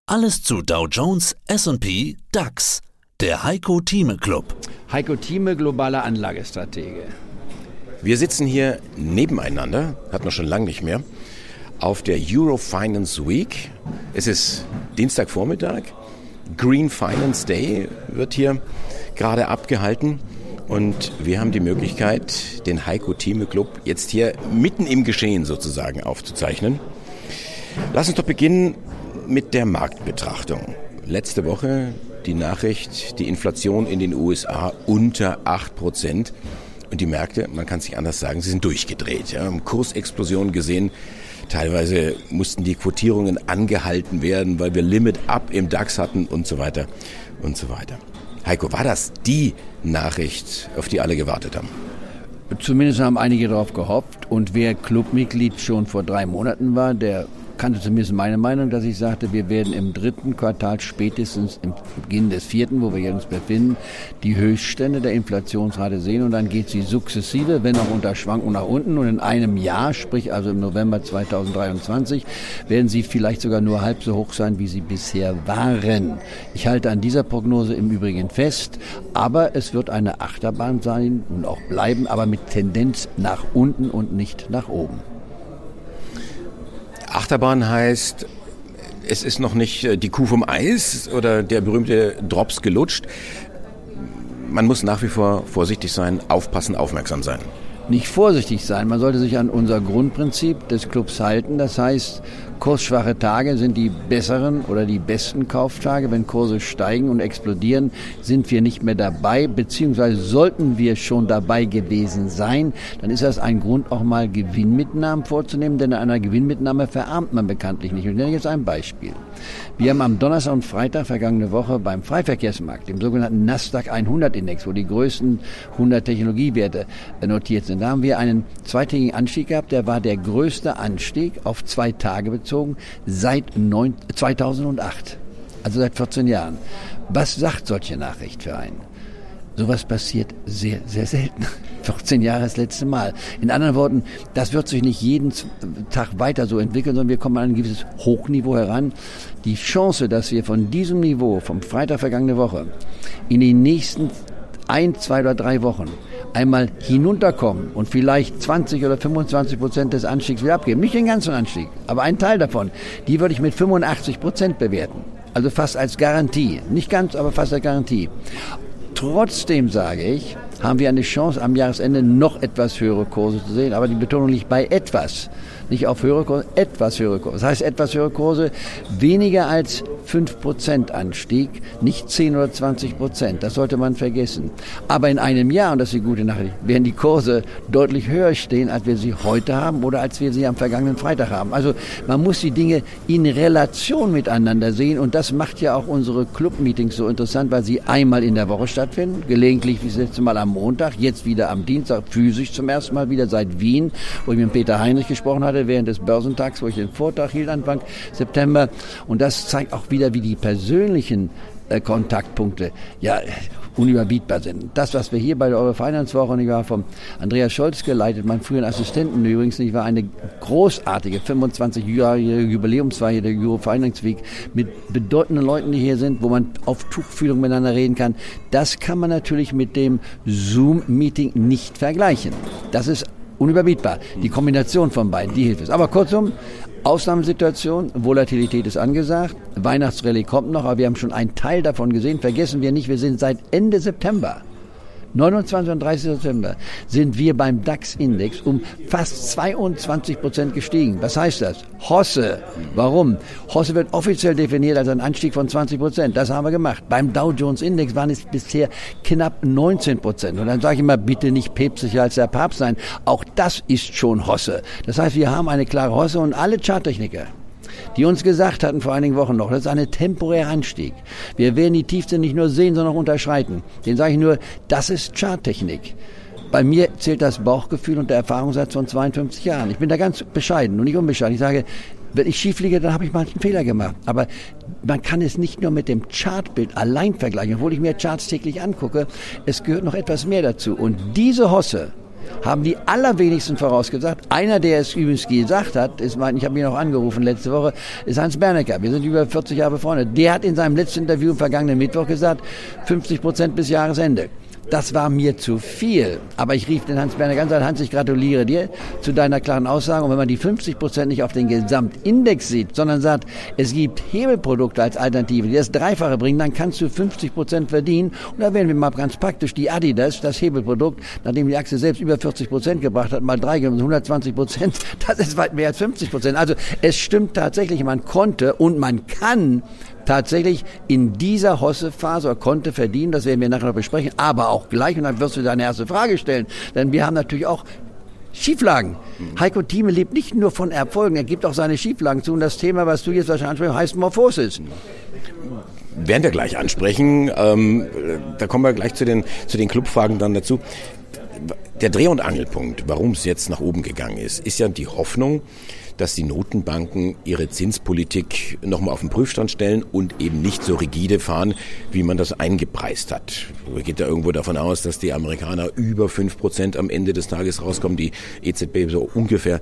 Alles zu Dow Jones, S&P, DAX. Der Heiko Thieme Club. Heiko Thieme, globaler Anlagestratege. Wir sitzen hier nebeneinander, hatten wir schon lange nicht mehr, auf der Eurofinance Week. Es ist Dienstagvormittag. Green Finance Day wird hier gerade abgehalten. Und wir haben die Möglichkeit, den Heiko Thieme Club jetzt hier mitten im Geschehen sozusagen aufzuzeichnen. Lass uns doch beginnen mit der Marktbetrachtung. Letzte Woche die Nachricht, die Inflation in den USA unter 8%. Und die Märkte, man kann es nicht anders sagen, sie sind durchgedreht. Ja, haben Kursexplosionen gesehen. Teilweise mussten die Quotierungen angehalten werden, weil wir Limit Up im DAX hatten und so weiter und so weiter. Heiko, war das die Nachricht, auf die alle gewartet haben? Zumindest haben einige darauf gehofft. Und wer Clubmitglied schon vor 3 Monaten war, der kannte zumindest meine Meinung, dass ich sagte, wir werden im 3. Quartal, spätestens im Beginn des 4., wo wir uns befinden, die Höchststände der Inflationsrate sehen. Und dann geht sie sukzessive, wenn auch unter Schwankungen nach unten. Und in einem Jahr, sprich also im November 2023, werden sie vielleicht sogar nur halb so hoch sein, wie sie bisher waren. Ich halte an dieser Prognose im Übrigen fest. Aber es wird eine Achterbahn sein und auch bleiben, aber mit Tendenz nach unten und nicht nach oben. Achterbahn heißt, es ist noch nicht die Kuh vom Eis oder der berühmte Drops gelutscht. Man muss nach wie vor vorsichtig sein, aufpassen, aufmerksam sein. Nicht vorsichtig sein, man sollte sich an unser Grundprinzip des Clubs halten. Das heißt, kursschwache Tage sind die besseren oder die besten Kauftage. Wenn Kurse steigen und explodieren, sind wir nicht mehr dabei, beziehungsweise sollten wir schon dabei gewesen sein, dann ist das ein Grund, auch mal Gewinnmitnahmen vorzunehmen, denn an einer Gewinnmitnahme verarmt man bekanntlich nicht. Und ich nenne jetzt ein Beispiel. Wir haben am Donnerstag und Freitag vergangene Woche beim Freiverkehrsmarkt, dem sogenannten Nasdaq 100 Index, wo die größten 100 Technologiewerte notiert sind, da haben wir einen zweitägigen Anstieg gehabt, der war der größte Anstieg auf 2 Tage bezogen seit 2008, also seit 14 Jahren. Was sagt solche Nachricht für einen? Sowas passiert sehr, sehr selten. 14 Jahre das letzte Mal. In anderen Worten, das wird sich nicht jeden Tag weiter so entwickeln, sondern wir kommen an ein gewisses Hochniveau heran. Die Chance, dass wir von diesem Niveau, vom Freitag vergangene Woche, in den nächsten 1, 2 oder 3 Wochen einmal hinunterkommen und vielleicht 20 oder 25% des Anstiegs wieder abgeben. Nicht den ganzen Anstieg, aber einen Teil davon. Die würde ich mit 85% bewerten. Also fast als Garantie. Nicht ganz, aber fast als Garantie. Trotzdem sage ich, haben wir eine Chance, am Jahresende noch etwas höhere Kurse zu sehen. Aber die Betonung liegt bei etwas. Nicht auf höhere Kurse, etwas höhere Kurse. Das heißt, etwas höhere Kurse, weniger als 5% Anstieg, nicht 10 oder 20%. Das sollte man vergessen. Aber in einem Jahr, und das ist die gute Nachricht, werden die Kurse deutlich höher stehen, als wir sie heute haben oder als wir sie am vergangenen Freitag haben. Also man muss die Dinge in Relation miteinander sehen. Und das macht ja auch unsere Club-Meetings so interessant, weil sie einmal in der Woche stattfinden. Gelegentlich wie das letzte Mal am Montag, jetzt wieder am Dienstag, physisch zum ersten Mal wieder seit Wien, wo ich mit Peter Heinrich gesprochen hatte, während des Börsentags, wo ich den Vortrag hielt Anfang September. Und das zeigt auch wieder, wie die persönlichen Kontaktpunkte unüberbietbar sind. Das, was wir hier bei der Eurofinance-Woche, und ich war vom Andreas Scholz geleitet, meinen früheren Assistenten übrigens, ich war eine großartige 25-jährige Jubiläumsfeier der Eurofinance Week mit bedeutenden Leuten, die hier sind, wo man auf Tuchfühlung miteinander reden kann. Das kann man natürlich mit dem Zoom-Meeting nicht vergleichen. Das ist unüberbietbar. Die Kombination von beiden, die hilft es. Aber kurzum, Ausnahmesituation, Volatilität ist angesagt, Weihnachtsrallye kommt noch, aber wir haben schon einen Teil davon gesehen. Vergessen wir nicht, wir sind seit Ende September, 29 und 30 September, sind wir beim DAX-Index um fast 22% gestiegen. Was heißt das? Hosse. Warum? Hosse wird offiziell definiert als ein Anstieg von 20%. Das haben wir gemacht. Beim Dow Jones Index waren es bisher knapp 19%. Und dann sage ich immer, bitte nicht päpstlicher als der Papst sein. Auch das ist schon Hosse. Das heißt, wir haben eine klare Hosse und alle Charttechniker, die uns gesagt hatten vor einigen Wochen noch, das ist ein temporärer Anstieg. Wir werden die Tiefste nicht nur sehen, sondern auch unterschreiten. Den sage ich nur, das ist Charttechnik. Bei mir zählt das Bauchgefühl und der Erfahrungssatz von 52 Jahren. Ich bin da ganz bescheiden und nicht unbescheiden. Ich sage, wenn ich schief liege, dann habe ich mal einen Fehler gemacht. Aber man kann es nicht nur mit dem Chartbild allein vergleichen, obwohl ich mir Charts täglich angucke. Es gehört noch etwas mehr dazu. Und diese Hosse, haben die allerwenigsten vorausgesagt. Einer, der es übrigens gesagt hat, ich habe ihn noch angerufen letzte Woche, ist Hans Bernecker. Wir sind über 40 Jahre befreundet. Der hat in seinem letzten Interview am vergangenen Mittwoch gesagt, 50% bis Jahresende. Das war mir zu viel. Aber ich rief den Hans Bernecker an und sagte, Hans, ich gratuliere dir zu deiner klaren Aussage. Und wenn man die 50% nicht auf den Gesamtindex sieht, sondern sagt, es gibt Hebelprodukte als Alternative, die das Dreifache bringen, dann kannst du 50% verdienen. Und da werden wir mal ganz praktisch die Adidas, das Hebelprodukt, nachdem die Aktie selbst über 40% gebracht hat, mal 120%, das ist weit mehr als 50%. Also es stimmt tatsächlich, man konnte und man kann tatsächlich in dieser Hosse-Phase konnte verdienen, das werden wir nachher noch besprechen, aber auch gleich, und dann wirst du deine erste Frage stellen, denn wir haben natürlich auch Schieflagen. Heiko Thieme lebt nicht nur von Erfolgen, er gibt auch seine Schieflagen zu, und das Thema, was du jetzt wahrscheinlich ansprichst, heißt Morphosis. Werden wir gleich ansprechen, da kommen wir gleich zu den Clubfragen dann dazu. Der Dreh- und Angelpunkt, warum es jetzt nach oben gegangen ist ja die Hoffnung, dass die Notenbanken ihre Zinspolitik nochmal auf den Prüfstand stellen und eben nicht so rigide fahren, wie man das eingepreist hat. Man geht ja irgendwo davon aus, dass die Amerikaner über 5% am Ende des Tages rauskommen, die EZB so ungefähr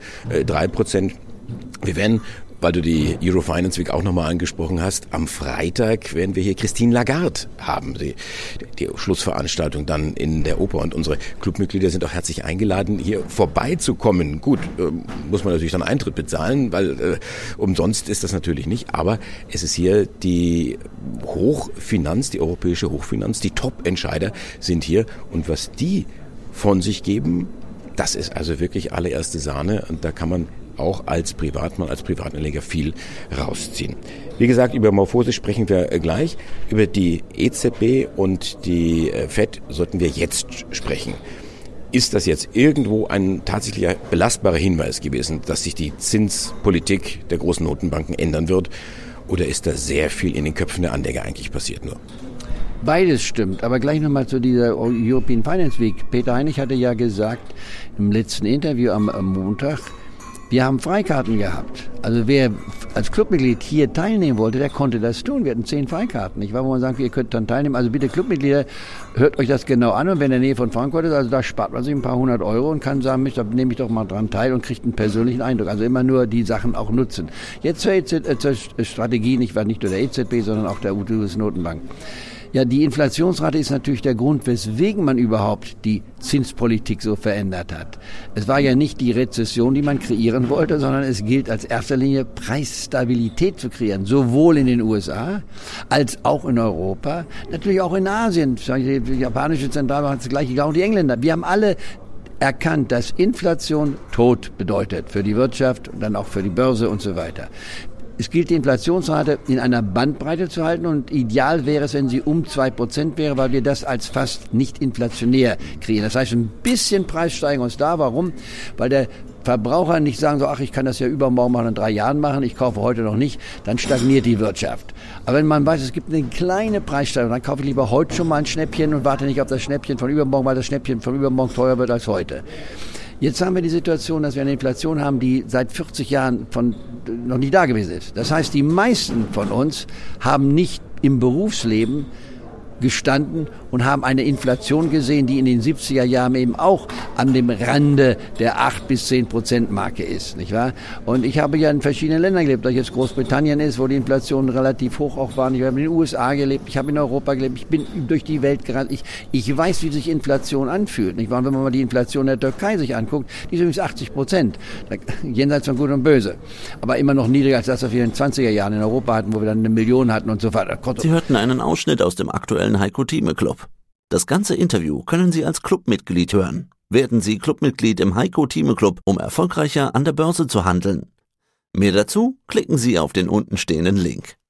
3%. Wir werden, weil du die Eurofinance Week auch nochmal angesprochen hast, am Freitag werden wir hier Christine Lagarde haben, die Schlussveranstaltung dann in der Oper, und unsere Clubmitglieder sind auch herzlich eingeladen, hier vorbeizukommen. Gut, muss man natürlich dann Eintritt bezahlen, weil umsonst ist das natürlich nicht, aber es ist hier die Hochfinanz, die europäische Hochfinanz, die Top-Entscheider sind hier, und was die von sich geben, das ist also wirklich allererste Sahne, und da kann man auch als Privatmann, als Privatanleger viel rausziehen. Wie gesagt, über Morphosis sprechen wir gleich. Über die EZB und die FED sollten wir jetzt sprechen. Ist das jetzt irgendwo ein tatsächlicher belastbarer Hinweis gewesen, dass sich die Zinspolitik der großen Notenbanken ändern wird? Oder ist da sehr viel in den Köpfen der Anleger eigentlich passiert nur? Beides stimmt, aber gleich nochmal zu dieser European Finance Week. Peter Heinig hatte ja gesagt im letzten Interview am Montag, wir haben Freikarten gehabt. Also wer als Clubmitglied hier teilnehmen wollte, der konnte das tun. Wir hatten 10 Freikarten. Ich war, wo man sagt, ihr könnt dann teilnehmen. Also bitte Clubmitglieder, hört euch das genau an. Und wenn in der Nähe von Frankfurt ist, also da spart man sich ein paar 100 € und kann sagen, da nehme ich doch mal dran teil und kriegt einen persönlichen Eindruck. Also immer nur die Sachen auch nutzen. Jetzt zur Strategie, nicht nur der EZB, sondern auch der US-Notenbank. Ja, die Inflationsrate ist natürlich der Grund, weswegen man überhaupt die Zinspolitik so verändert hat. Es war ja nicht die Rezession, die man kreieren wollte, sondern es gilt als erster Linie Preisstabilität zu kreieren, sowohl in den USA als auch in Europa, natürlich auch in Asien. Die japanische Zentralbank hat das Gleiche, auch die Engländer. Wir haben alle erkannt, dass Inflation Tod bedeutet für die Wirtschaft und dann auch für die Börse und so weiter. Es gilt, die Inflationsrate in einer Bandbreite zu halten, und ideal wäre es, wenn sie um 2% wäre, weil wir das als fast nicht inflationär kriegen. Das heißt, ein bisschen Preissteigerung ist da. Warum? Weil der Verbraucher nicht sagen so, ach, ich kann das ja übermorgen machen, in 3 Jahren machen, ich kaufe heute noch nicht, dann stagniert die Wirtschaft. Aber wenn man weiß, es gibt eine kleine Preissteigerung, dann kaufe ich lieber heute schon mal ein Schnäppchen und warte nicht auf das Schnäppchen von übermorgen, weil das Schnäppchen von übermorgen teurer wird als heute. Jetzt haben wir die Situation, dass wir eine Inflation haben, die seit 40 Jahren noch nie da gewesen ist. Das heißt, die meisten von uns haben nicht im Berufsleben gestanden und haben eine Inflation gesehen, die in den 70er Jahren eben auch an dem Rande der 8-10% Marke ist, nicht wahr? Und ich habe ja in verschiedenen Ländern gelebt, ob jetzt Großbritannien ist, wo die Inflation relativ hoch auch war. Ich habe in den USA gelebt, ich habe in Europa gelebt, ich bin durch die Welt gerannt. Ich weiß, wie sich Inflation anfühlt, nicht wahr? Und wenn man mal die Inflation der Türkei sich anguckt, die ist übrigens 80%, jenseits von Gut und Böse. Aber immer noch niedriger als das, was wir in den 20er Jahren in Europa hatten, wo wir dann 1 Million hatten und so weiter. Sie hörten einen Ausschnitt aus dem aktuellen Heiko Thieme Club. Das ganze Interview können Sie als Clubmitglied hören. Werden Sie Clubmitglied im Heiko Thieme Club, um erfolgreicher an der Börse zu handeln. Mehr dazu klicken Sie auf den untenstehenden Link.